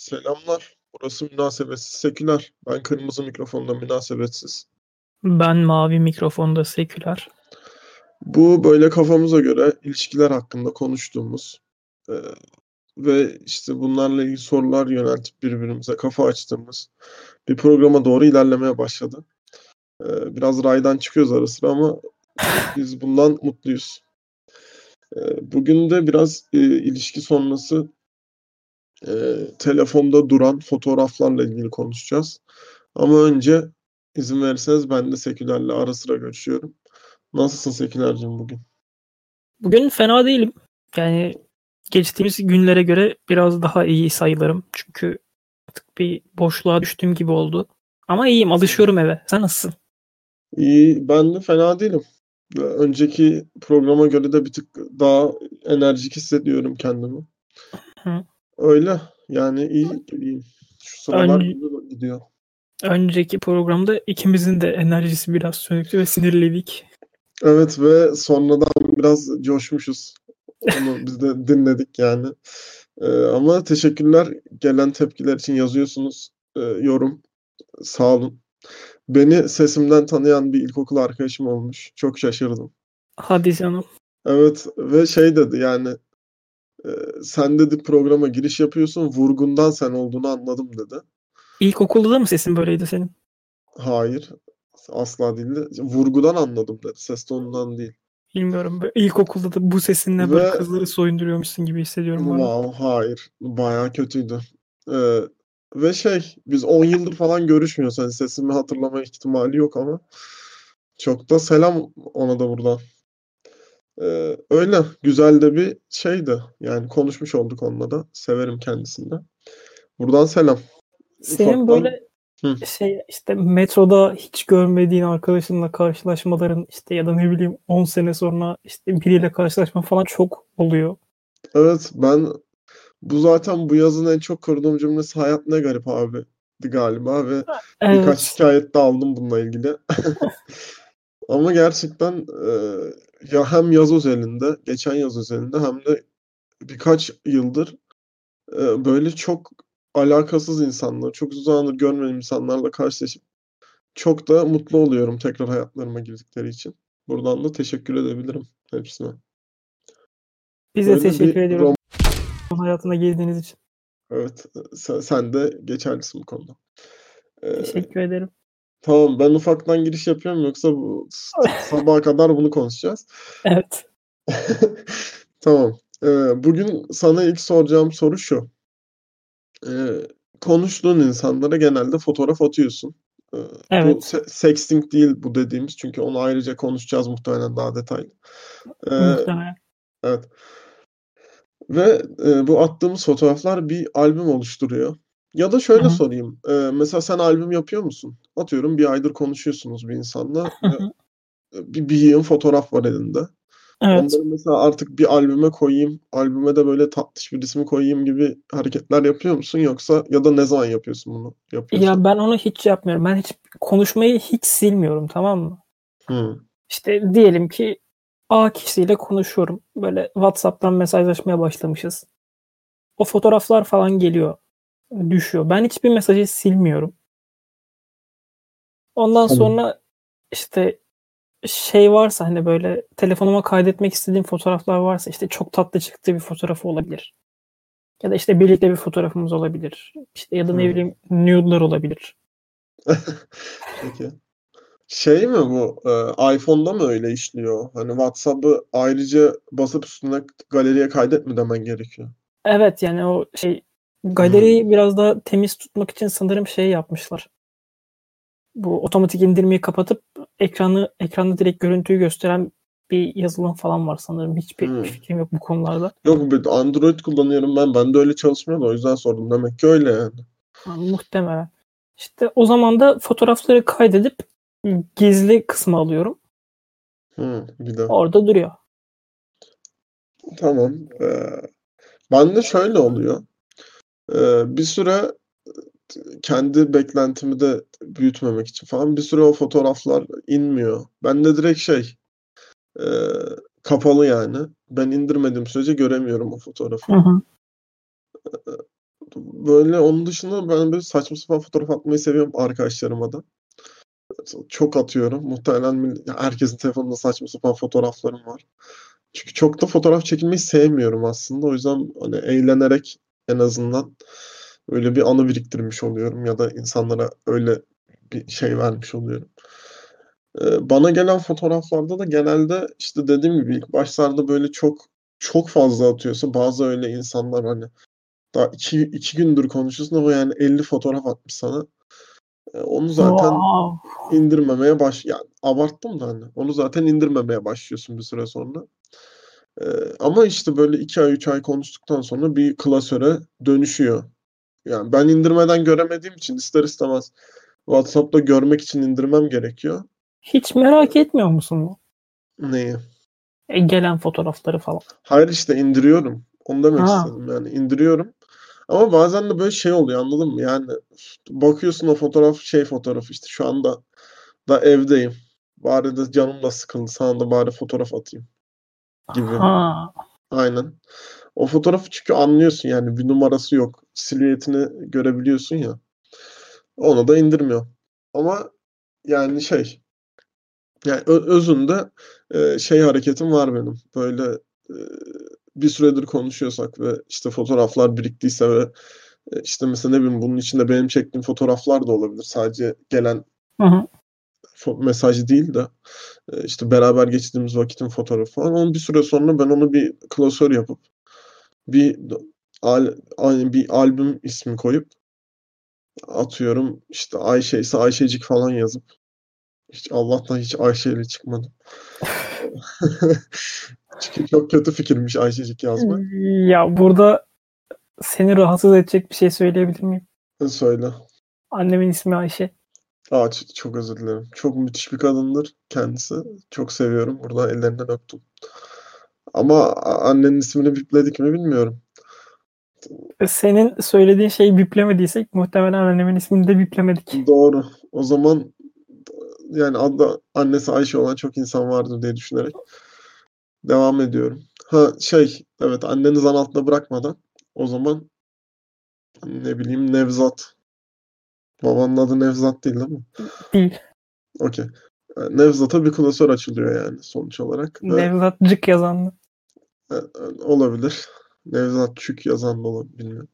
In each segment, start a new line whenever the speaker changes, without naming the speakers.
Selamlar. Burası Münasebetsiz Seküler. Ben kırmızı mikrofonda münasebetsiz.
Ben mavi mikrofonda seküler.
Bu böyle kafamıza göre ilişkiler hakkında konuştuğumuz ve işte bunlarla ilgili sorular yöneltip birbirimize kafa açtığımız bir programa doğru ilerlemeye başladı. Biraz raydan çıkıyoruz ara sıra ama biz bundan mutluyuz. Bugün de biraz ilişki sonrası telefonda duran fotoğraflarla ilgili konuşacağız. Ama önce izin verirseniz ben de Seküler'le ara sıra görüşüyorum. Nasılsın Seküler'cim bugün?
Bugün fena değilim. Yani geçtiğimiz günlere göre biraz daha iyi sayılırım. Çünkü artık bir boşluğa düştüğüm gibi oldu. Ama iyiyim, alışıyorum eve. Sen nasılsın?
İyi, ben de fena değilim. Önceki programa göre de bir tık daha enerjik hissediyorum kendimi.
Hı.
Öyle yani iyiyim. Şu sıralar
Ön-
güzel gidiyor.
önceki programda ikimizin de enerjisi biraz sönüktü ve sinirliydik.
Evet ve sonradan biraz coşmuşuz. Onu biz de dinledik yani. Ama teşekkürler gelen tepkiler için yazıyorsunuz. Yorum. Sağ olun. Beni sesimden tanıyan bir ilkokul arkadaşım olmuş. Çok şaşırdım.
Hadi canım.
Evet ve şey dedi yani sen dedi programa giriş yapıyorsun vurgundan sen olduğunu anladım dedi.
İlkokulda da mı sesin böyleydi senin?
Hayır asla değildi. Vurgudan anladım dedi. Ses tonundan değil.
Bilmiyorum. İlkokulda da bu sesinle böyle
Ve
kızları soyunduruyormuşsun gibi hissediyorum bazen.
wow, hayır bayağı kötüydü. Ee, ve şey biz 10 yıldır falan görüşmüyoruz. Hani sesimi hatırlama ihtimali yok ama çok da selam ona da buradan. Öyle güzel de bir şeydi. Yani konuşmuş olduk onunla da. Severim kendisini de. Buradan selam.
Senin
Ufaktan
böyle
hı.
işte metroda hiç görmediğin arkadaşınla karşılaşmaların işte ya da ne bileyim 10 sene sonra işte biriyle karşılaşma falan çok oluyor.
Evet ben bu zaten bu yazın en çok kurduğum cümlesi hayat ne garip abi galiba ve birkaç
Evet.
şikayet de aldım bununla ilgili. Ama gerçekten ya hem yaz özelinde, geçen yaz özelinde hem de birkaç yıldır böyle çok alakasız insanlar, çok uzun zamandır görmediğim insanlarla karşılaşıp çok da mutlu oluyorum tekrar hayatlarıma girdikleri için. Buradan da teşekkür edebilirim hepsine.
Biz de
Böyle
teşekkür
bir
ediyoruz hayatına girdiğiniz için.
evet, sen de geçerlisin bu konuda. Ee,
Teşekkür ederim.
tamam ben ufaktan giriş yapıyorum yoksa bu sabaha kadar bunu konuşacağız.
Evet.
Tamam. Bugün sana ilk soracağım soru şu. Ee, konuştuğun insanlara genelde fotoğraf atıyorsun. Ee, bu
Evet.
sexting değil bu dediğimiz çünkü onu ayrıca konuşacağız muhtemelen daha detaylı. Ee,
Muhtemelen.
evet. Ve bu attığımız fotoğraflar bir albüm oluşturuyor. Ya da
Hı
şöyle
hı.
sorayım. Mesela sen albüm yapıyor musun? Atıyorum bir aydır konuşuyorsunuz bir insanla
Hı
ve
hı.
bir yığın fotoğraf var elinde.
Evet.
Onları mesela artık bir albüme koyayım, albüme de böyle tatlış bir resmi koyayım gibi hareketler yapıyor musun? Yoksa ya da ne zaman yapıyorsun bunu? Yapıyorsan.
Ya ben onu hiç yapmıyorum. Ben hiç konuşmayı hiç silmiyorum, tamam mı?
Hı.
İşte diyelim ki A kişiyle konuşuyorum. Böyle WhatsApp'tan mesajlaşmaya başlamışız. O fotoğraflar falan geliyor. Düşüyor. Ben hiçbir mesajı silmiyorum. Ondan
Tamam.
sonra işte şey varsa hani böyle telefonuma kaydetmek istediğim fotoğraflar varsa işte çok tatlı çıktığı bir fotoğrafı olabilir. Ya da işte birlikte bir fotoğrafımız olabilir. İşte ya da ne
Hı.
bileyim nude'lar olabilir.
Peki. Şey mi bu? iPhone'da mı öyle işliyor? Hani WhatsApp'ı ayrıca basıp üstüne galeriye kaydet mi demen gerekiyor?
Evet, yani o şey
Hı.
galeriyi biraz daha temiz tutmak için sanırım şey yapmışlar. Bu otomatik indirmeyi kapatıp ekranda direkt görüntüyü gösteren bir yazılım falan var sanırım. Hiçbir
Hı.
fikrim yok bu konularda.
Yok bir Android kullanıyorum ben. Ben de öyle çalışmıyor da o yüzden sordum. Demek ki öyle yani.
Muhtemelen. İşte o zaman da fotoğrafları kaydedip gizli kısmı alıyorum.
Hı. Bir de.
Orada duruyor.
Tamam. Ben de şöyle oluyor. Bir süre kendi beklentimi de büyütmemek için falan bir süre o fotoğraflar inmiyor. Ben de direkt şey e, kapalı yani. Ben indirmediğim sürece göremiyorum o
Hı
fotoğrafı.
hı.
Böyle onun dışında ben böyle saçma sapan fotoğraf atmayı seviyorum arkadaşlarıma da. Çok atıyorum. Muhtemelen herkesin telefonunda saçma sapan fotoğraflarım var. Çünkü çok da fotoğraf çekilmeyi sevmiyorum aslında. O yüzden hani eğlenerek en azından öyle bir anı biriktirmiş oluyorum ya da insanlara öyle bir şey vermiş oluyorum. Bana gelen fotoğraflarda da genelde işte dediğim gibi ilk başlarda böyle çok fazla atıyorsa bazı öyle insanlar hani daha iki gündür konuşuyorsun ama yani 50 fotoğraf atmış sana. Onu zaten
Wow.
indirmemeye yani abarttım da hani. Onu zaten indirmemeye başlıyorsun bir süre sonra. Ama işte böyle 2 ay 3 ay konuştuktan sonra bir klasöre dönüşüyor. Yani ben indirmeden göremediğim için ister istemez WhatsApp'ta görmek için indirmem gerekiyor.
Hiç merak etmiyor musun bu?
Neyi?
Gelen fotoğrafları falan.
Hayır işte indiriyorum. Onu demek
Ha.
istedim. Yani indiriyorum. Ama bazen de böyle şey oluyor anladın mı? Yani bakıyorsun o fotoğraf fotoğraf işte şu anda da evdeyim. Bari de canım da sıkıldı. Sana da bari fotoğraf atayım gibi.
Ha.
Aynen. O fotoğrafı çünkü anlıyorsun yani bir numarası yok. Silüetini görebiliyorsun ya. Onu da indirmiyor. Ama yani yani özünde hareketim var benim. Böyle e, bir süredir konuşuyorsak ve işte fotoğraflar biriktiyse ve işte mesela ne bileyim bunun içinde benim çektiğim fotoğraflar da olabilir. Sadece gelen
Hı hı.
mesaj değil de işte beraber geçirdiğimiz vakitin fotoğrafı falan. Onu bir süre sonra ben onu bir klasör yapıp bir bir albüm ismi koyup atıyorum işte Ayşe ise Ayşecik falan yazıp Allah'tan hiç Ayşe ile çıkmadım. Çünkü çok kötü fikirmiş Ayşecik yazmak.
Ya burada seni rahatsız edecek bir şey söyleyebilir miyim?
Söyle.
Annemin ismi Ayşe.
Çok özür dilerim. Çok müthiş bir kadındır kendisi. Çok seviyorum. Buradan ellerinden öptüm. Ama annenin ismini bipledik mi bilmiyorum.
Senin söylediğin şeyi biplemediysek muhtemelen annemin ismini de biplemedik.
Doğru. O zaman yani adı annesi Ayşe olan çok insan vardır diye düşünerek devam ediyorum. Evet anneni zan altında bırakmadan o zaman ne bileyim Nevzat. Babanın adı Nevzat değil mi?
Değil.
Okey. Nevzat'a bir klasör açılıyor yani sonuç olarak ve
Nevzatcık yazanlı.
olabilir. Nevzat Çük yazan da olabilir bilmiyorum.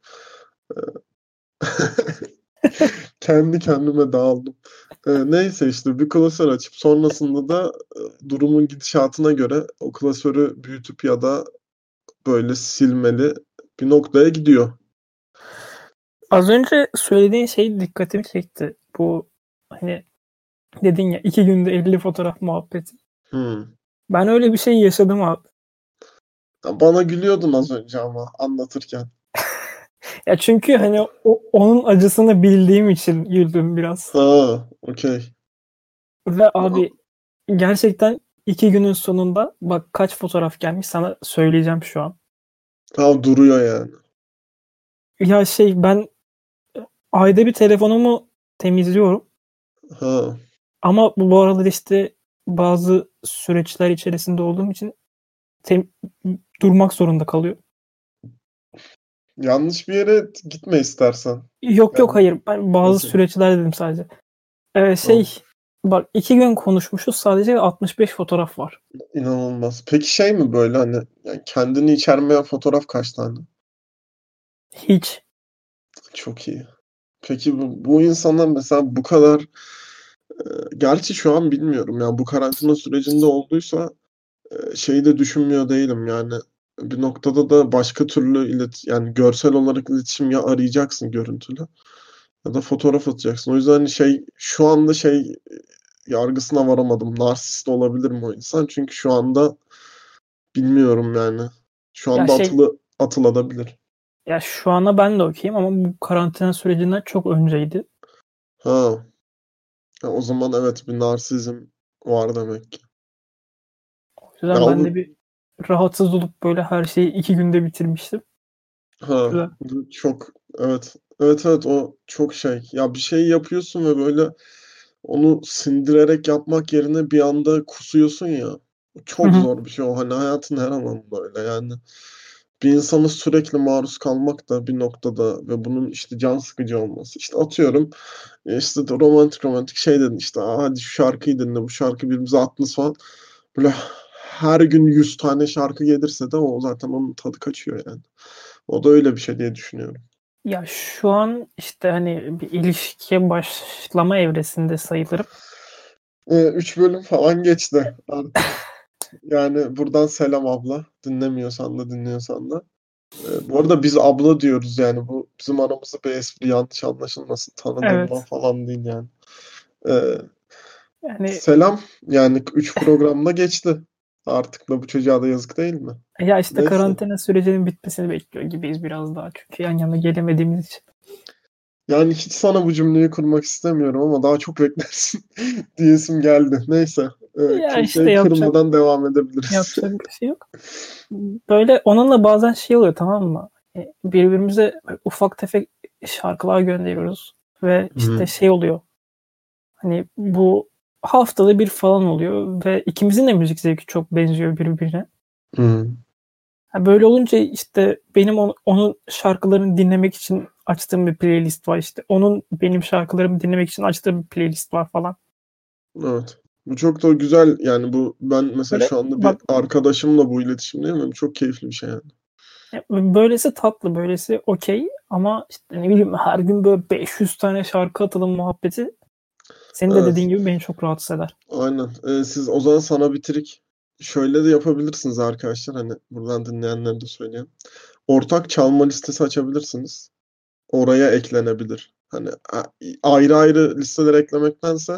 Kendi kendime dağıldım. Neyse işte bir klasör açıp sonrasında da durumun gidişatına göre o klasörü büyütüp ya da böyle silmeli bir noktaya gidiyor.
Az önce söylediğin şey dikkatimi çekti. Bu hani dedin ya 2 günde 50 fotoğraf muhabbeti.
Hmm.
Ben öyle bir şey yaşadım abi.
Bana gülüyordun az önce ama anlatırken.
Ya çünkü hani onun acısını bildiğim için güldüm biraz.
Ha, okey.
Ve abi gerçekten 2 günün sonunda bak kaç fotoğraf gelmiş sana söyleyeceğim şu an.
Ha, duruyor yani.
Ya ben ayda bir telefonumu temizliyorum.
Ha.
Ama bu aralar işte bazı süreçler içerisinde olduğum için tem- durmak zorunda kalıyor.
Yanlış bir yere gitme istersen.
Yok yok
Yani
hayır. Ben bazı
okey.
süreçler dedim sadece.
Tamam.
Bak 2 gün konuşmuşuz sadece 65 fotoğraf var.
İnanılmaz. Peki mi böyle hani yani kendini içermeyen fotoğraf kaç tane?
Hiç.
Çok iyi. Peki bu insanlar mesela bu kadar gerçi şu an bilmiyorum ya bu karantina sürecinde olduysa şeyi de düşünmüyor değilim yani bir noktada da başka türlü yani görsel olarak iletişim ya arayacaksın görüntülü ya da fotoğraf atacaksın. O yüzden hani şu anda yargısına varamadım. Narsist olabilir mi o insan? Çünkü şu anda bilmiyorum yani. Şu
Ya
anda atılabilir.
ya şu ana ben de okeyim ama bu karantina sürecinden çok önceydi.
Ha. O zaman evet bir narsizm var demek ki.
O
Ya
yüzden ben de
onu
bir rahatsız olup böyle her şeyi 2 günde bitirmiştim.
ha
Güzel.
bu çok evet. Evet evet o çok Ya bir şey yapıyorsun ve böyle onu sindirerek yapmak yerine bir anda kusuyorsun ya.
Hı
Çok
hı.
zor bir şey o. Hani hayatın her alanında öyle yani. bir insana sürekli maruz kalmak da bir noktada ve bunun işte can sıkıcı olması. İşte atıyorum işte de romantik şey dedin işte hadi şu şarkıyı dinle bu şarkı birbirimize attınız falan. Böyle her gün 100 tane şarkı gelirse de o zaten onun tadı kaçıyor yani. O da öyle bir şey diye düşünüyorum.
Ya şu an işte hani bir ilişkiye başlama evresinde sayılırım.
3 bölüm falan geçti artık. Yani buradan selam abla. Dinlemiyorsan da dinliyorsan da. Bu arada biz abla diyoruz yani. Bu bizim aramızda bir espri yanlış anlaşılmasın. Tanıdığımdan
Evet.
falan değil yani. Ee,
Yani
selam. Yani 3 programda geçti. Artık da bu çocuğa da yazık değil mi?
ya işte
Neyse.
karantina sürecinin bitmesini bekliyor gibiyiz biraz daha. Çünkü yan yana gelemediğimiz için.
Yani hiç sana bu cümleyi kurmak istemiyorum ama daha çok beklersin diyesim geldi. Neyse.
Ya işte
Kimseyi kırmadan devam edebiliriz.
yapacak bir şey yok. Böyle onunla bazen şey oluyor, tamam mı? Birbirimize ufak tefek şarkılar gönderiyoruz. Ve işte
Hı.
şey oluyor. Hani bu haftada bir falan oluyor ve ikimizin de müzik zevki çok benziyor birbirine.
Hı.
Ha, böyle olunca işte benim onun şarkılarını dinlemek için açtığım bir playlist var, işte. Onun benim şarkılarımı dinlemek için açtığı bir playlist var falan.
Evet. Bu çok da güzel yani bu ben mesela
Böyle
şu anda bir
bak,
arkadaşımla bu iletişimdeyim ve bu çok keyifli bir şey yani.
böylesi tatlı, böylesi okey, ama işte ne bileyim her gün böyle 500 tane şarkı atalım muhabbeti, senin de
Evet.
dediğin gibi beni çok rahatsız eder.
Aynen. Siz o zaman sana bitirik şöyle de yapabilirsiniz arkadaşlar hani buradan dinleyenlere de söyleyeyim. Ortak çalma listesi açabilirsiniz. Oraya eklenebilir. Hani ayrı ayrı listeler eklemektense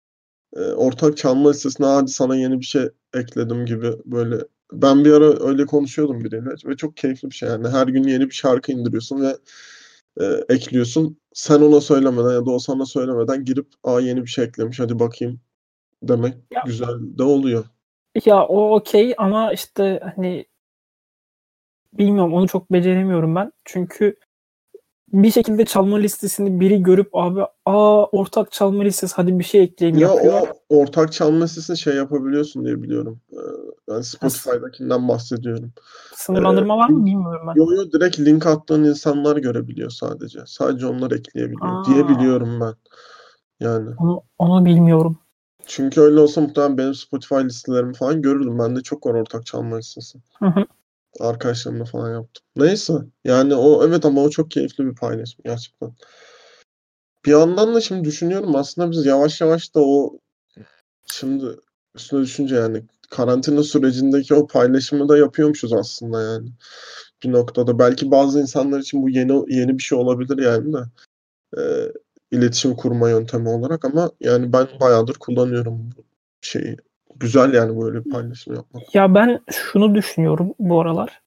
ortak çalma listesine hadi sana yeni bir şey ekledim gibi böyle. Ben bir ara öyle konuşuyordum biriyle ve çok keyifli bir şey yani. Her gün yeni bir şarkı indiriyorsun ve ekliyorsun. Sen ona söylemeden ya da o sana söylemeden girip yeni bir şey eklemiş hadi bakayım demek
Ya,
güzel de oluyor.
ya o okey ama işte hani bilmiyorum, onu çok beceremiyorum ben. Çünkü bir şekilde çalma listesini biri görüp abi ortak çalma listesi, hadi bir şey ekleyeyim
Ya
yapıyor.
o ortak çalma listesini şey yapabiliyorsun diye biliyorum. Ben
Ya,
Spotify'dakinden bahsediyorum.
sınırlandırma var mı
Link,
bilmiyorum ben.
direkt link attığın insanlar görebiliyor sadece. Sadece onlar ekleyebiliyor diye
Aa,
biliyorum ben. Yani.
onu bilmiyorum.
Çünkü öyle olsa muhtemelen benim Spotify listelerimi falan görürdüm. Bende çok var ortak çalma listesi.
Hı hı.
Arkadaşlarımla falan yaptım. Neyse. Yani o evet ama o çok keyifli bir paylaşım gerçekten. Bir yandan da şimdi düşünüyorum aslında biz yavaş yavaş da o şimdi üstüne düşünce yani karantina sürecindeki o paylaşımı da yapıyormuşuz aslında yani. Bir noktada belki bazı insanlar için bu yeni bir şey olabilir yani de e, iletişim kurma yöntemi olarak ama yani ben bayağıdır kullanıyorum bu şeyi. Güzel yani böyle bir paylaşım yapmak.
Ya ben şunu düşünüyorum bu aralar.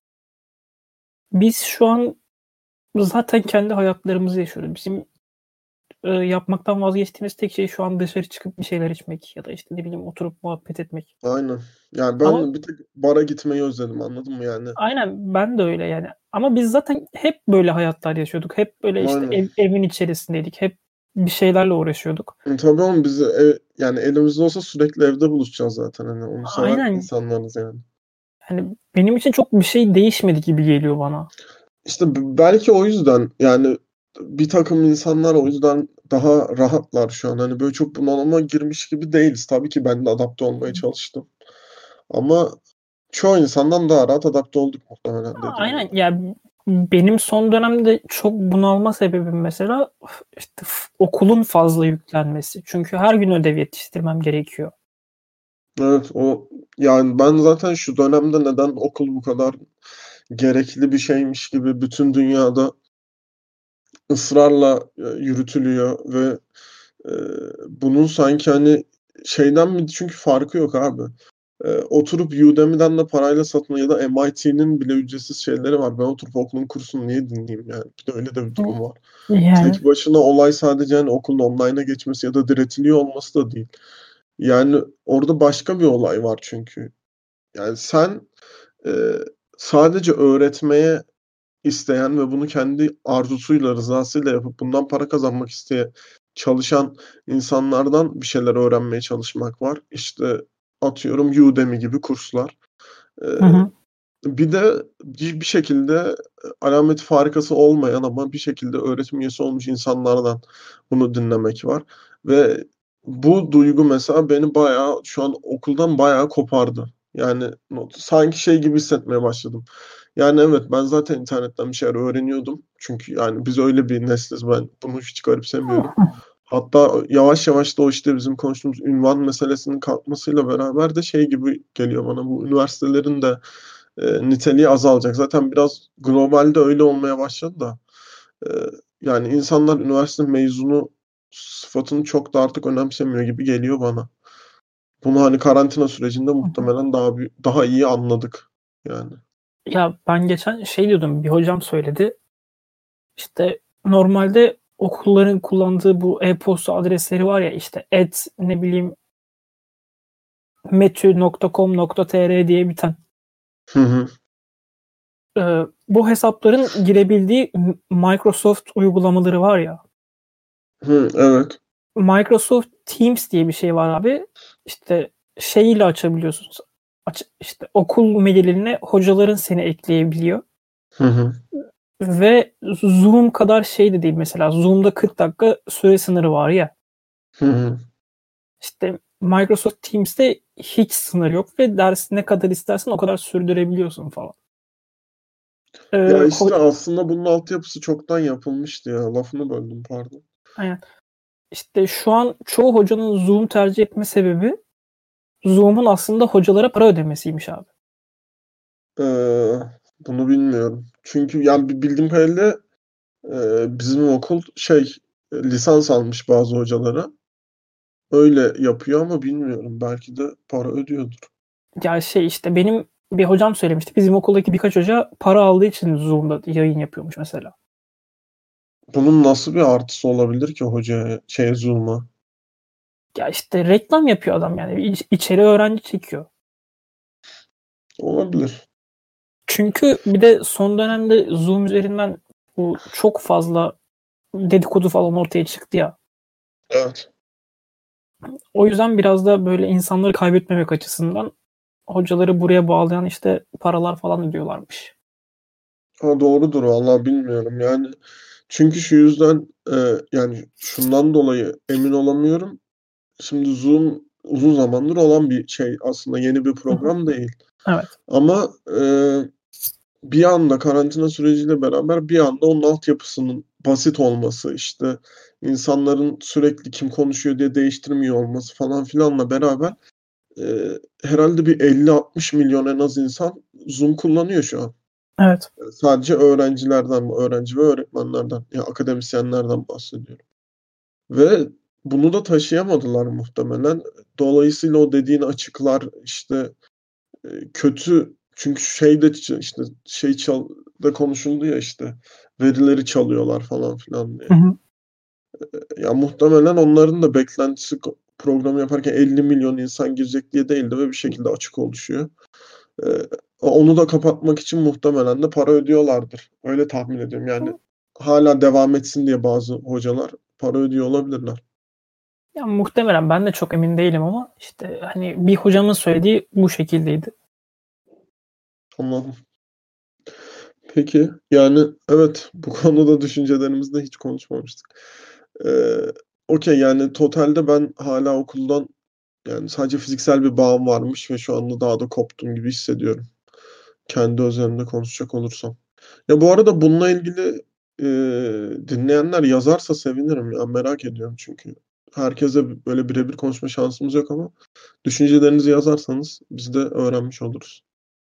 Biz şu an zaten kendi hayatlarımızı yaşıyoruz. Bizim yapmaktan vazgeçtiğimiz tek şey şu an dışarı çıkıp bir şeyler içmek ya da işte ne bileyim oturup muhabbet etmek.
Aynen. Yani
Ama
ben bir tek bara gitmeyi özledim anladın mı yani?
aynen, ben de öyle yani. Ama biz zaten hep böyle hayatlar yaşıyorduk. Hep böyle işte
Aynen.
evin içerisindeydik. Hep bir şeylerle uğraşıyorduk.
Tabii oğlum biz yani elimizde olsa sürekli evde buluşacağız zaten hani onu seven
Aynen.
insanlarız yani.
Yani benim için çok bir şey değişmedi gibi geliyor bana.
İşte belki o yüzden yani bir takım insanlar o yüzden daha rahatlar şu an. Hani böyle çok bunalıma girmiş gibi değiliz. Tabii ki ben de adapte olmaya çalıştım. Ama çoğu insandan daha rahat adapte olduk muhtemelen dediğim gibi.
Aynen ya, benim son dönemde çok bunalma sebebim mesela işte okulun fazla yüklenmesi. Çünkü her gün ödev yetiştirmem gerekiyor.
Evet o yani ben zaten şu dönemde neden okul bu kadar gerekli bir şeymiş gibi bütün dünyada ısrarla yürütülüyor ve e, bunun sanki hani şeyden mi çünkü farkı yok abi. Oturup Udemy'den de parayla satın ya da MIT'nin bile ücretsiz şeyleri var. Ben oturup okulun kursunu niye dinleyeyim yani? Bir de öyle de bir durum var.
Yani
Tek başına olay sadece hani okulun online'a geçmesi ya da diretiliyor olması da değil. Yani orada başka bir olay var çünkü. Yani sen e, sadece öğretmeye isteyen ve bunu kendi arzusuyla, rızasıyla yapıp bundan para kazanmak isteyen çalışan insanlardan bir şeyler öğrenmeye çalışmak var. İşte atıyorum Udemy gibi kurslar. Ee,
hı hı.
Bir de bir şekilde alameti farikası olmayan ama bir şekilde öğretim üyesi olmuş insanlardan bunu dinlemek var. Ve bu duygu mesela beni bayağı şu an okuldan bayağı kopardı. Yani sanki şey gibi hissetmeye başladım. Yani evet ben zaten internetten bir şeyler öğreniyordum. Çünkü yani biz öyle bir nesliz, ben bunu hiç garipsemiyorum. Hatta yavaş yavaş da o işte bizim konuştuğumuz ünvan meselesinin kalkmasıyla beraber de şey gibi geliyor bana, bu üniversitelerin de niteliği azalacak. Zaten biraz globalde öyle olmaya başladı da. E, Yani insanlar üniversite mezunu sıfatını çok da artık önemsemiyor gibi geliyor bana. Bunu hani karantina sürecinde muhtemelen daha iyi anladık yani.
Ya ben geçen şey diyordum, bir hocam söyledi. İşte normalde okulların kullandığı bu e-posta adresleri var ya, işte ne bileyim metü.com.tr diye biten.
Hı hı.
Bu hesapların girebildiği Microsoft uygulamaları var ya.
Hı, evet.
Microsoft Teams diye bir şey var abi. İşte şeyiyle açabiliyorsunuz. İşte okul mailine hocaların seni ekleyebiliyor.
Hı hı.
Ve Zoom kadar şey de değil mesela. Zoom'da 40 dakika süre sınırı var ya.
Hı hı.
İşte Microsoft Teams'te hiç sınır yok ve dersi ne kadar istersen o kadar sürdürebiliyorsun falan.
Ya
Ee,
işte aslında bunun altyapısı çoktan yapılmıştı ya. Lafını böldüm, pardon.
aynen. İşte şu an çoğu hocanın Zoom tercih etme sebebi Zoom'un aslında hocalara para ödemesiymiş abi.
Ee, Bunu bilmiyorum. Çünkü yani bildiğim kadarıyla bizim okul lisans almış bazı hocalara. Öyle yapıyor ama bilmiyorum. Belki de para ödüyordur.
Ya şey işte benim bir hocam söylemişti. Bizim okuldaki birkaç hoca para aldığı için Zoom'da yayın yapıyormuş mesela.
Bunun nasıl bir artısı olabilir ki hocaya, Zoom'a?
Ya işte reklam yapıyor adam yani. İçeri öğrenci çekiyor.
Olabilir.
Çünkü bir de son dönemde Zoom üzerinden bu çok fazla dedikodu falan ortaya çıktı ya.
Evet.
O yüzden biraz da böyle insanları kaybetmemek açısından hocaları buraya bağlayan işte paralar falan ödüyorlarmış.
Ha, doğrudur vallahi bilmiyorum. Yani çünkü şu yüzden yani şundan dolayı emin olamıyorum. Şimdi Zoom uzun zamandır olan bir şey, aslında yeni bir
Hı hı.
program değil.
Evet.
Ama bir anda karantina süreciyle beraber bir anda onun altyapısının basit olması, işte insanların sürekli kim konuşuyor diye değiştirmiyor olması falan filanla beraber herhalde bir 50-60 milyon en az insan Zoom kullanıyor şu an.
Evet.
Sadece öğrenci ve öğretmenlerden, ya akademisyenlerden bahsediyorum. Ve bunu da taşıyamadılar muhtemelen. Dolayısıyla o dediğin açıklar işte kötü, çünkü işte da konuşuldu ya, işte verileri çalıyorlar falan filan diye.
Hı hı.
Ya muhtemelen onların da beklentisi programı yaparken 50 milyon insan girecek diye değildi ve bir şekilde açık oluşuyor. Eee, Onu da kapatmak için muhtemelen de para ödüyorlardır. Öyle tahmin ediyorum. Yani hala devam etsin diye bazı hocalar para ödüyor olabilirler.
Ya muhtemelen ben de çok emin değilim ama işte hani bir hocamın söylediği bu şekildeydi.
Anladım. Peki, yani evet, bu konuda düşüncelerimizi de hiç konuşmamıştık. Okay, yani totalde ben hala okuldan yani sadece fiziksel bir bağım varmış ve şu anda daha da koptum gibi hissediyorum. Kendi özelimde konuşacak olursam. Ya bu arada bununla ilgili dinleyenler yazarsa sevinirim ya, merak ediyorum çünkü. Herkese böyle birebir konuşma şansımız yok ama düşüncelerinizi yazarsanız biz de öğrenmiş oluruz.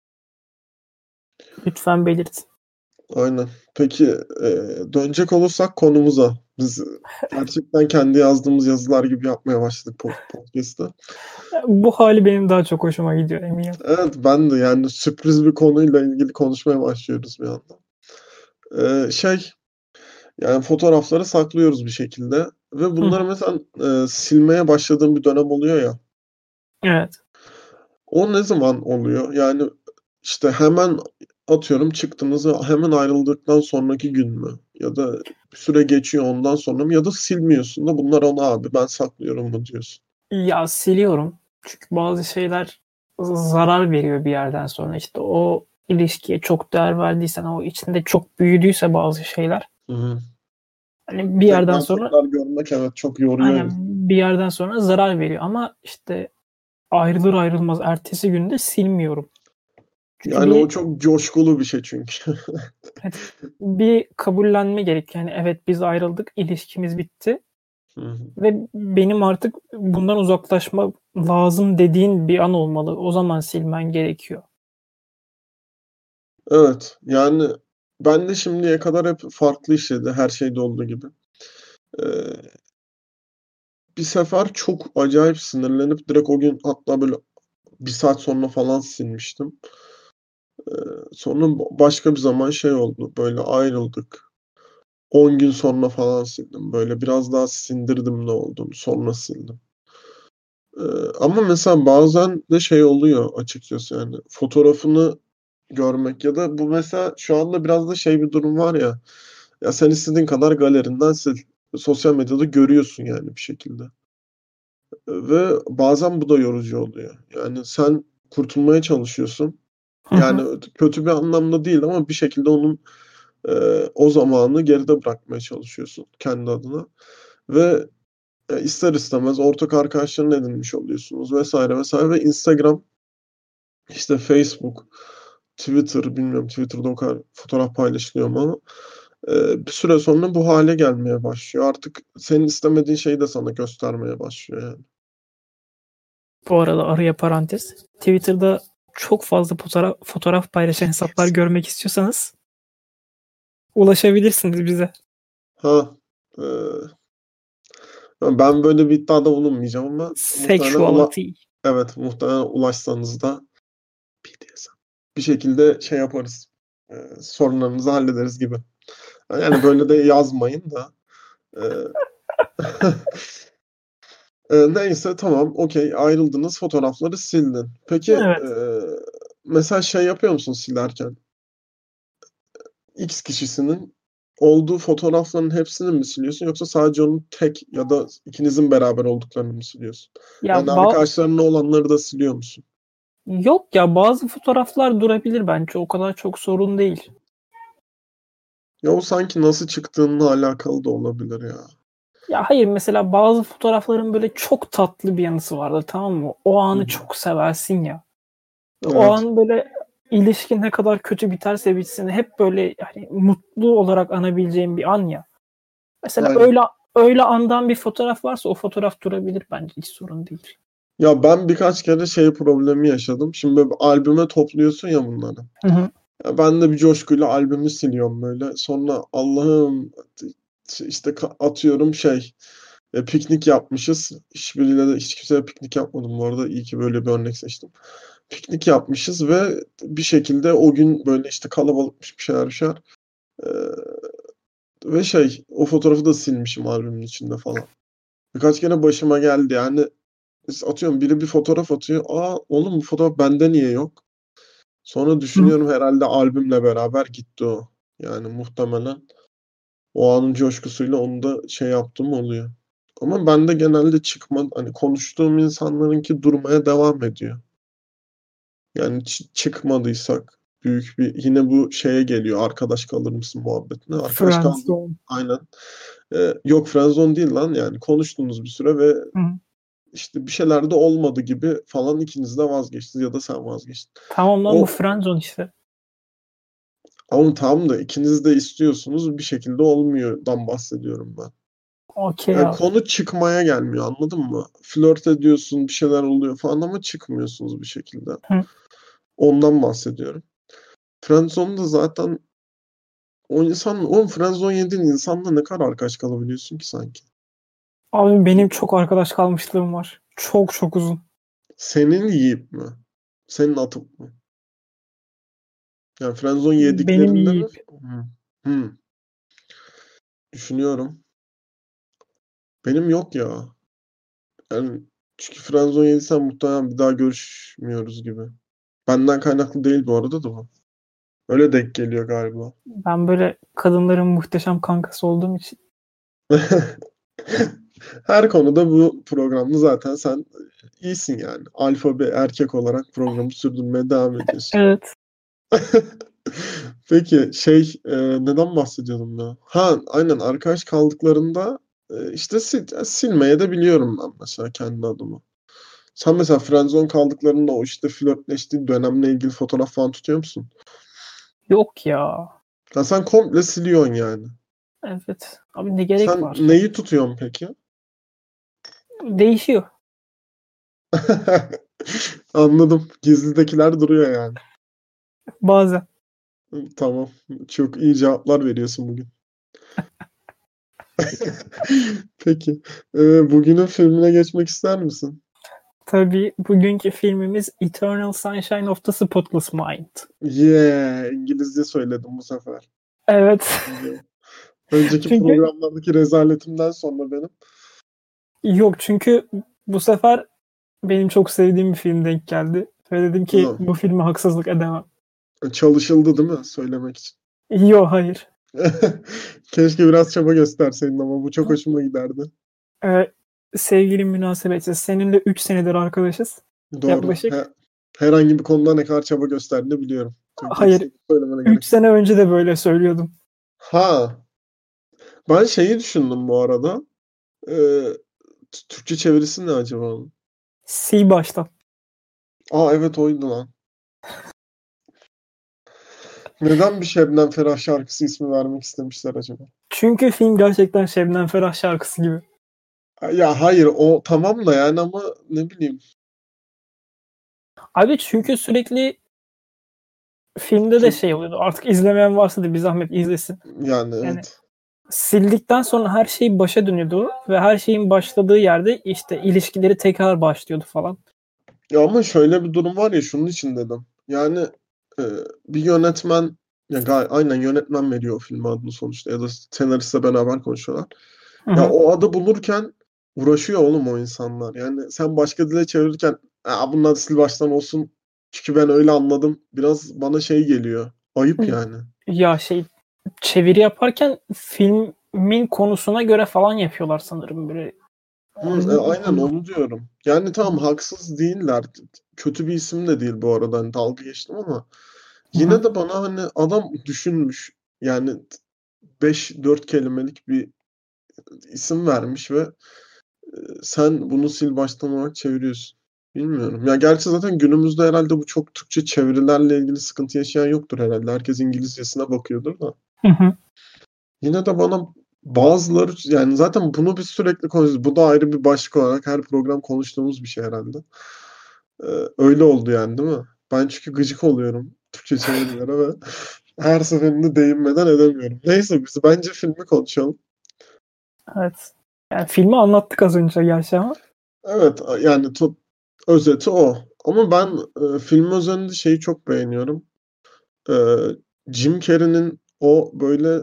Lütfen belirtin.
Aynen. Peki, dönecek olursak konumuza. Biz gerçekten kendi yazdığımız yazılar gibi yapmaya başladık podcast'ı.
Bu hali benim daha çok hoşuma gidiyor, eminim.
Evet, ben de yani sürpriz bir konuyla ilgili konuşmaya başlıyoruz bir anda. Şey, yani fotoğrafları saklıyoruz bir şekilde ve
Hı
bunları
hı.
mesela silmeye başladığım bir dönem oluyor ya.
Evet.
O ne zaman oluyor? Yani işte hemen atıyorum çıktığınızı hemen ayrıldıktan sonraki gün mü? Ya da bir süre geçiyor ondan sonra mı? Ya da silmiyorsun da bunlar ona abi ben saklıyorum mu diyorsun?
Ya siliyorum. Çünkü bazı şeyler zarar veriyor bir yerden sonra. İşte o ilişkiye çok değer verdiysen, o içinde çok büyüdüyse bazı şeyler,
Hı-hı.
hani bir yerden
Tekrar
sonra
tekrar görmek evet çok yoruyor
aynen
insan.
bir yerden sonra zarar veriyor. Ama işte ayrılır ayrılmaz ertesi günde silmiyorum. Çünkü
Yani o çok coşkulu bir şey çünkü.
evet, bir kabullenme gerek. Yani evet, biz ayrıldık, ilişkimiz bitti
Hı-hı.
ve benim artık bundan uzaklaşma lazım dediğin bir an olmalı. O zaman silmen gerekiyor.
Evet, yani ben de şimdiye kadar hep farklı işledi her şeyde olduğu gibi. Eee, Bir sefer çok acayip sinirlenip direkt o gün hatta böyle bir saat sonra falan silmiştim. Sonra başka bir zaman şey oldu, böyle ayrıldık. 10 gün sonra falan sildim. Böyle biraz daha sindirdim ne olduğunu, sonra sildim. Ama mesela bazen de şey oluyor açıkçası yani fotoğrafını görmek ya da bu mesela şu anda biraz da şey bir durum var ya, ya sen istediğin kadar galerinden sil. Sosyal medyada görüyorsun yani bir şekilde. Ve bazen bu da yorucu oluyor. Yani sen kurtulmaya çalışıyorsun.
Hı hı.
Yani kötü bir anlamda değil ama bir şekilde onun o zamanı geride bırakmaya çalışıyorsun kendi adına ve ister istemez ortak arkadaşlarını edinmiş oluyorsunuz vesaire vesaire ve Instagram, işte Facebook, Twitter, bilmiyorum Twitter'da o kadar fotoğraf paylaşılıyor mu ama bir süre sonra bu hale gelmeye başlıyor. Artık senin istemediğin şeyi de sana göstermeye başlıyor yani.
Bu arada araya parantez. Twitter'da çok fazla fotoğraf paylaşan hesaplar görmek istiyorsanız ulaşabilirsiniz bize.
Ha, eee, ben böyle bir iddiada bulunmayacağım ama muhtemelen
Sexuality.
evet, muhtemelen ulaşsanız da BDSM. Bir şekilde şey yaparız, sorunlarınızı hallederiz gibi. Yani böyle de yazmayın da. Eee Neyse tamam, okay, ayrıldınız, fotoğrafları sildin. Peki,
Evet.
mesela şey yapıyor musun silerken? X kişisinin olduğu fotoğrafların hepsini mi siliyorsun yoksa sadece onun tek ya da ikinizin beraber olduklarını mı siliyorsun?
Ya
Yani arkadaşlarınla olanları da siliyor musun?
yok ya, bazı fotoğraflar durabilir bence. O kadar çok sorun değil.
Ya o sanki nasıl çıktığınla alakalı da olabilir ya.
Ya hayır, mesela bazı fotoğrafların böyle çok tatlı bir yanısı vardır, tamam mı? O
Hı
anı
hı.
çok seversin ya. Ve o
Evet.
an böyle ilişkin ne kadar kötü biterse bitsin hep böyle yani mutlu olarak anabileceğin bir an ya. Mesela
Aynen.
öyle andan bir fotoğraf varsa o fotoğraf durabilir bence, hiç sorun değil.
Ya ben birkaç kere şey problemi yaşadım. Şimdi böyle bir albüme topluyorsun ya bunları.
Hı hı.
Ya ben de bir coşkuyla albümü siliyorum böyle. Sonra Allah'ım işte atıyorum şey, piknik yapmışız. Hiçbiriyle de hiç kimseye piknik yapmadım bu arada. İyi ki böyle bir örnek seçtim. Piknik yapmışız ve bir şekilde o gün böyle işte kalabalıkmış bir şeyler bir şeyler. Eee, Ve şey, o fotoğrafı da silmişim albümün içinde falan. Birkaç kere başıma geldi yani. Atıyorum biri bir fotoğraf atıyor. Aa oğlum, bu fotoğraf bende niye yok? Sonra
Hı.
düşünüyorum, herhalde albümle beraber gitti o. Yani muhtemelen o anın coşkusuyla onu da şey yaptığım oluyor. Ama ben de genelde hani konuştuğum insanlarınki durmaya devam ediyor. Yani çıkmadıysak büyük bir yine bu şeye geliyor, arkadaş kalır mısın muhabbetine. Arkadaş kaldım.
Friendzone.
Aynen. Yok, friendzone değil lan, yani konuştunuz bir süre ve
Hı.
işte bir şeyler de olmadı gibi falan, ikiniz de vazgeçtiniz ya da sen vazgeçtin.
Tamam lan, bu
O
friendzone işte.
ama tamam da ikiniz de istiyorsunuz, bir şekilde olmuyordan bahsediyorum ben.
Okey
Yani
abi.
konu çıkmaya gelmiyor, anladın mı? Flört ediyorsun, bir şeyler oluyor falan ama çıkmıyorsunuz bir şekilde.
Hı.
Ondan bahsediyorum. Friendzone'da zaten o friendzone yediğin insanla ne kadar arkadaş kalabiliyorsun ki sanki?
Abi benim çok arkadaş kalmışlığım var. Çok çok uzun.
Senin yiyip mi? Senin atıp mı? Yani friendzone
Benim
yediklerinde mi?
yiyip.
Hı. Hı. Düşünüyorum. Benim yok ya. Yani çünkü friendzone yediysen muhtemelen bir daha görüşmüyoruz gibi. Benden kaynaklı değil bu arada da bu. Öyle denk geliyor galiba.
Ben böyle kadınların muhteşem kankası olduğum için.
Her konuda bu programda zaten sen iyisin yani. Alfa bir erkek olarak programı sürdürmeye devam ediyorsun.
Evet.
Peki neden bahsediyordum ya? Ha aynen arkadaş kaldıklarında işte silmeye de biliyorum ben mesela kendi adıma. Sen mesela friendzone kaldıklarında o işte flörtleştiğin dönemle ilgili fotoğraf falan tutuyor musun?
Yok ya.
Ya sen komple siliyorsun yani.
Evet. Abi ne gerek
Sen
var?
neyi tutuyorsun peki?
Değişiyor.
Anladım. Gizlidekiler duruyor yani.
Bazen.
Tamam. Çok iyi cevaplar veriyorsun bugün. Peki. Bugünün filmine geçmek ister misin?
Tabii bugünkü filmimiz Eternal Sunshine of the Spotless Mind.
Yeah, İngilizce söyledim bu sefer.
Evet.
Güzel. Önceki
Çünkü
programlardaki rezaletimden sonra benim.
yok çünkü bu sefer benim çok sevdiğim bir film denk geldi. Ve dedim ki
Ha,
bu filme haksızlık edemem.
çalışıldı değil mi söylemek için?
Yok hayır.
Keşke biraz çaba gösterseydin ama bu çok hoşuma giderdi.
Ee, Sevgilim münasebetsiz. Seninle 3 senedir arkadaşız.
Doğru.
Yaklaşık.
Herhangi bir konuda ne kadar çaba gösterdiğini biliyorum. Çok
Hayır.
eksik söylemene
3
gerek yok.
sene önce de böyle söylüyordum.
Ha, ben şeyi düşündüm bu arada. Ee, Türkçe çevirisi ne acaba onun?
Sil baştan.
Aa evet oydu lan. Neden bir Şebnem Ferah şarkısı ismi vermek istemişler acaba?
Çünkü film gerçekten Şebnem Ferah şarkısı gibi.
Ya hayır o tamam da yani ama ne bileyim.
Abi çünkü sürekli filmde de
Çok
şey oluyordu. Artık izlemeyen varsa da bir zahmet izlesin.
yani
Yani
evet.
sildikten sonra her şey başa dönüyordu ve her şeyin başladığı yerde işte ilişkileri tekrar başlıyordu falan.
Ya ama şöyle bir durum var ya şunun için dedim. Yani e, bir yönetmen aynen yönetmen veriyor o filme adını sonuçta ya da senaristle beraber konuşuyorlar.
Hı
Ya
hı.
o adı bulurken uğraşıyor oğlum o insanlar. Yani sen başka dile çevirirken bunun adı sil baştan olsun çünkü ben öyle anladım. Biraz bana şey geliyor. Ayıp yani.
Ya şey çeviri yaparken filmin konusuna göre falan yapıyorlar sanırım böyle.
Aynen onu diyorum. Yani tamam haksız değiller. Kötü bir isim de değil bu arada. Hani dalga geçtim ama
Hı hı.
yine de bana hani adam düşünmüş. Yani 5-4 kelimelik bir isim vermiş ve sen bunu sil baştan olarak çeviriyorsun. Bilmiyorum. Ya gerçi zaten günümüzde herhalde bu çok Türkçe çevirilerle ilgili sıkıntı yaşayan yoktur herhalde. Herkes İngilizcesine bakıyordur da.
Hı hı.
Yine de bana bazıları yani zaten bunu biz sürekli konuşuyoruz. Bu da ayrı bir başlık olarak her program konuştuğumuz bir şey herhalde. Öyle oldu yani değil mi? Ben çünkü gıcık oluyorum Türkçe çevirilere ve her seferinde değinmeden edemiyorum. Neyse biz bence filmi konuşalım.
Evet. Yani filmi anlattık az önce gerçi ama.
Evet yani özeti o. Ama ben film özelinde şeyi çok beğeniyorum. E, Jim Carrey'nin o böyle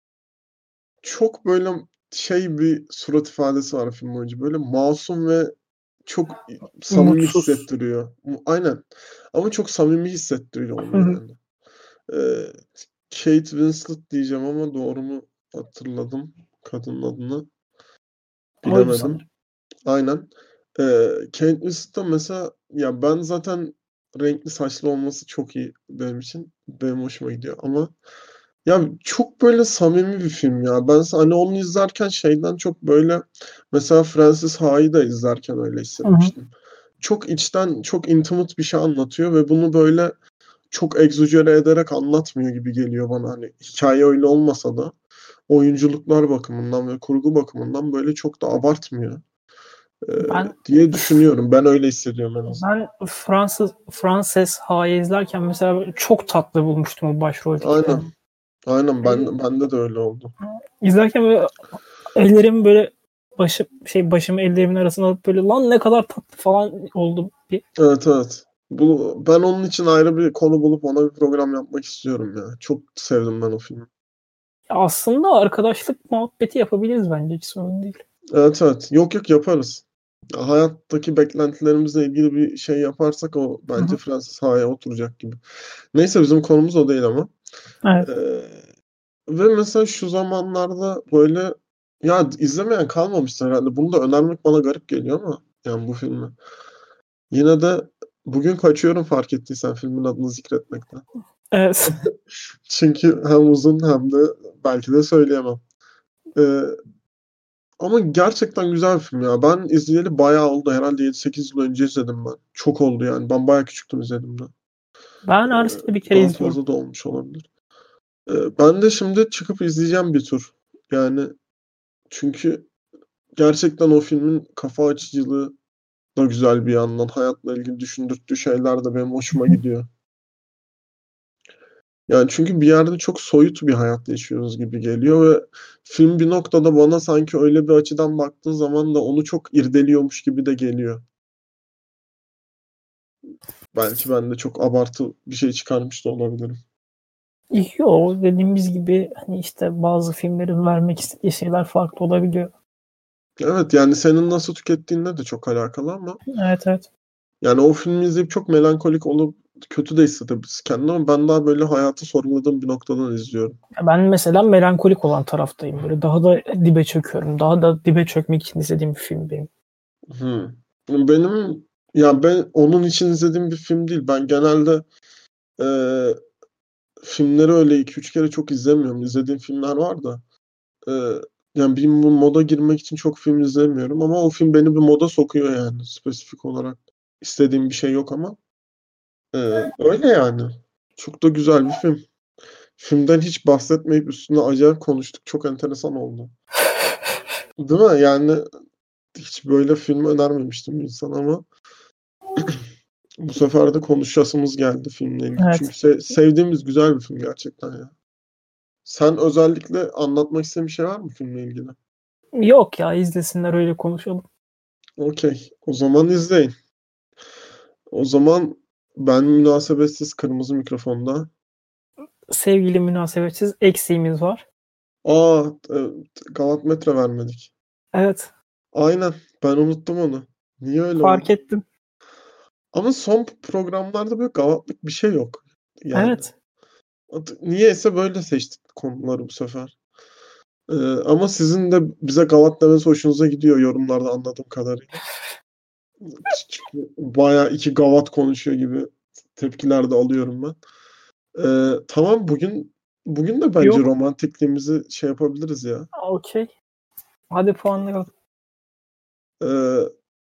çok böyle şey bir surat ifadesi var film boyunca. Böyle masum ve çok samimi
Mutsuz.
hissettiriyor. Aynen. Ama çok samimi hissettiriyor
Hı
onu
hı.
yani. Ee, Kate Winslet diyeceğim ama doğru mu hatırladım kadının adını
Oydu
bilemedim.
sanırım.
Aynen. Kate Winslet da mesela ya ben zaten renkli saçlı olması çok iyi benim için. Benim hoşuma gidiyor ama ya çok böyle samimi bir film ya. Ben hani onu izlerken şeyden çok böyle mesela Frances Ha'yı da izlerken öyle
Hı hı.
hissetmiştim. Çok içten, çok intimate bir şey anlatıyor ve bunu böyle çok egzajere ederek anlatmıyor gibi geliyor bana. Hani hikaye öyle olmasa da oyunculuklar bakımından ve kurgu bakımından böyle çok da abartmıyor
Ben
diye düşünüyorum. Ben öyle hissediyorum en azından.
ben Frances Ha'yı izlerken mesela böyle çok tatlı bulmuştum o başroldeki
Aynen.
kadını.
Aynen
Yani
bende de öyle oldu.
izlerken böyle ellerimi böyle başımı ellerimin arasına alıp böyle lan ne kadar tatlı falan oldum bir.
Evet evet. Ben onun için ayrı bir konu bulup ona bir program yapmak istiyorum ya. Çok sevdim ben o filmi.
Aslında arkadaşlık muhabbeti yapabiliriz bence hiç sorun değil.
Evet evet. Yok yok yaparız. Hayattaki beklentilerimizle ilgili bir şey yaparsak o
Hı
bence
hı.
Fransız Ha'ya oturacak gibi. Neyse bizim konumuz o değil ama.
Evet.
Ee, Ve mesela şu zamanlarda böyle ya izlemeyen kalmamıştı herhalde. Bunu da önermek bana garip geliyor ama yani bu filmi. Yine de bugün kaçıyorum fark ettiysen filmin adını zikretmekten.
Evet.
Çünkü hem uzun hem de belki de söyleyemem. Ee, Ama gerçekten güzel bir film ya. Ben izleyeli bayağı oldu. Herhalde 7-8 yıl önce izledim ben. Çok oldu yani. Ben bayağı küçüktüm izlediğimde.
Ben
Ee,
arasında bir kere
Daha
izliyorum.
fazla da olmuş olabilir. Ben de şimdi çıkıp izleyeceğim bir tur. Yani çünkü gerçekten o filmin kafa açıcılığı da güzel bir yandan. Hayatla ilgili düşündürttüğü şeyler de benim hoşuma gidiyor. Yani çünkü bir yerde çok soyut bir hayat yaşıyoruz gibi geliyor ve film bir noktada bana sanki öyle bir açıdan baktığı zaman da onu çok irdeliyormuş gibi de geliyor. Belki ben de çok abartı bir şey çıkarmış da olabilirim.
Yo, dediğimiz gibi hani işte bazı filmlerin vermek istediği şeyler farklı olabiliyor.
Evet yani senin nasıl tükettiğinle de çok alakalı ama
Evet, evet.
yani o filmi izleyip çok melankolik olup kötü de hissedebiliriz kendini ama ben daha böyle hayatı sorguladığım bir noktadan izliyorum.
Ya ben mesela melankolik olan taraftayım. Böyle daha da dibe çöküyorum. Daha da dibe çökmek için izlediğim bir film benim.
Hmm. Benim ya ben onun için izlediğim bir film değil. Ben genelde eee, filmleri öyle 2-3 kere çok izlemiyorum. İzlediğim filmler var da. eee, Yani bir moda girmek için çok film izlemiyorum ama o film beni bir moda sokuyor yani spesifik olarak. İstediğim bir şey yok ama öyle yani. Çok da güzel bir film. Filmden hiç bahsetmeyip üstüne acayip konuştuk. Çok enteresan oldu. Değil mi? Yani hiç böyle film önermemiştim bir insana ama bu sefer de konuşasımız geldi filmle ilgili. Çünkü
Evet.
sevdiğimiz güzel bir film gerçekten ya. Sen özellikle anlatmak istediğin bir şey var mı filmle ilgili?
Yok ya, izlesinler, öyle konuşalım.
Okey. O zaman izleyin. O zaman ben münasebetsiz kırmızı mikrofonda.
Sevgili münasebetsiz eksiğimiz var.
Aa, Galat Metre vermedik.
Evet.
Aynen. Ben unuttum onu. Niye öyle
Fark
oldu?
ettim.
Ama son programlarda böyle gavatlık bir şey yok. Yani.
Evet.
Niyeyse böyle seçtik konuları bu sefer. Ama sizin de bize gavat demesi hoşunuza gidiyor yorumlarda anladığım kadarıyla. Çünkü bayağı iki gavat konuşuyor gibi tepkiler de alıyorum ben. Tamam bugün de bence
Yok.
romantikliğimizi şey yapabiliriz ya.
Okey. Hadi puanlayalım.
Ee,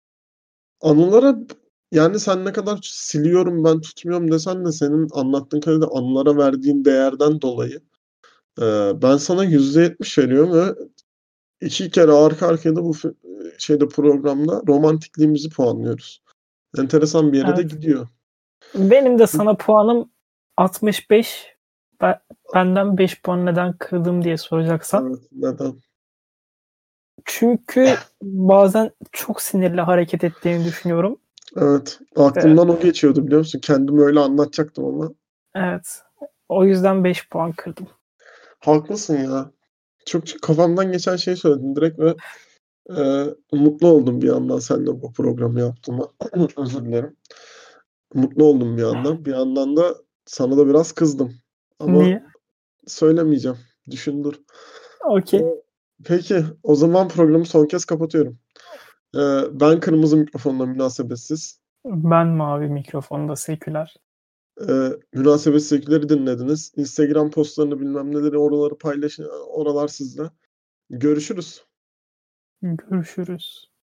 Anılara yani sen ne kadar siliyorum ben tutmuyorum desen de senin anlattığın kadarıyla anılara verdiğin değerden dolayı ben sana %70 veriyorum ve iki kere arka arkaya da bu programda romantikliğimizi puanlıyoruz. Enteresan bir yere de
Evet.
gidiyor.
Benim de sana puanım 65. Benden 5 puan neden kırdım diye soracaksan.
Evet, neden?
Çünkü bazen çok sinirli hareket ettiğini düşünüyorum.
Evet.
Ve
Aklımdan o geçiyordu biliyor musun? Kendimi öyle anlatacaktım ama.
evet. O yüzden 5 puan kırdım.
Haklısın ya. Çok kafamdan geçen şeyi söyledin direkt ve mutlu oldum bir yandan seninle bu programı yaptığıma. Özür dilerim. Mutlu oldum bir yandan. Bir yandan da sana da biraz kızdım. Ama
Niye?
söylemeyeceğim. Düşündür. Ee,
Okey.
Peki, o zaman programı son kez kapatıyorum. Ben kırmızı mikrofonla münasebetsiz.
Ben mavi mikrofonda seküler.
Münasebetsiz Seküler'i dinlediniz. Instagram postlarını bilmem neleri oraları paylaşın. Oralar sizde. Görüşürüz.
Görüşürüz.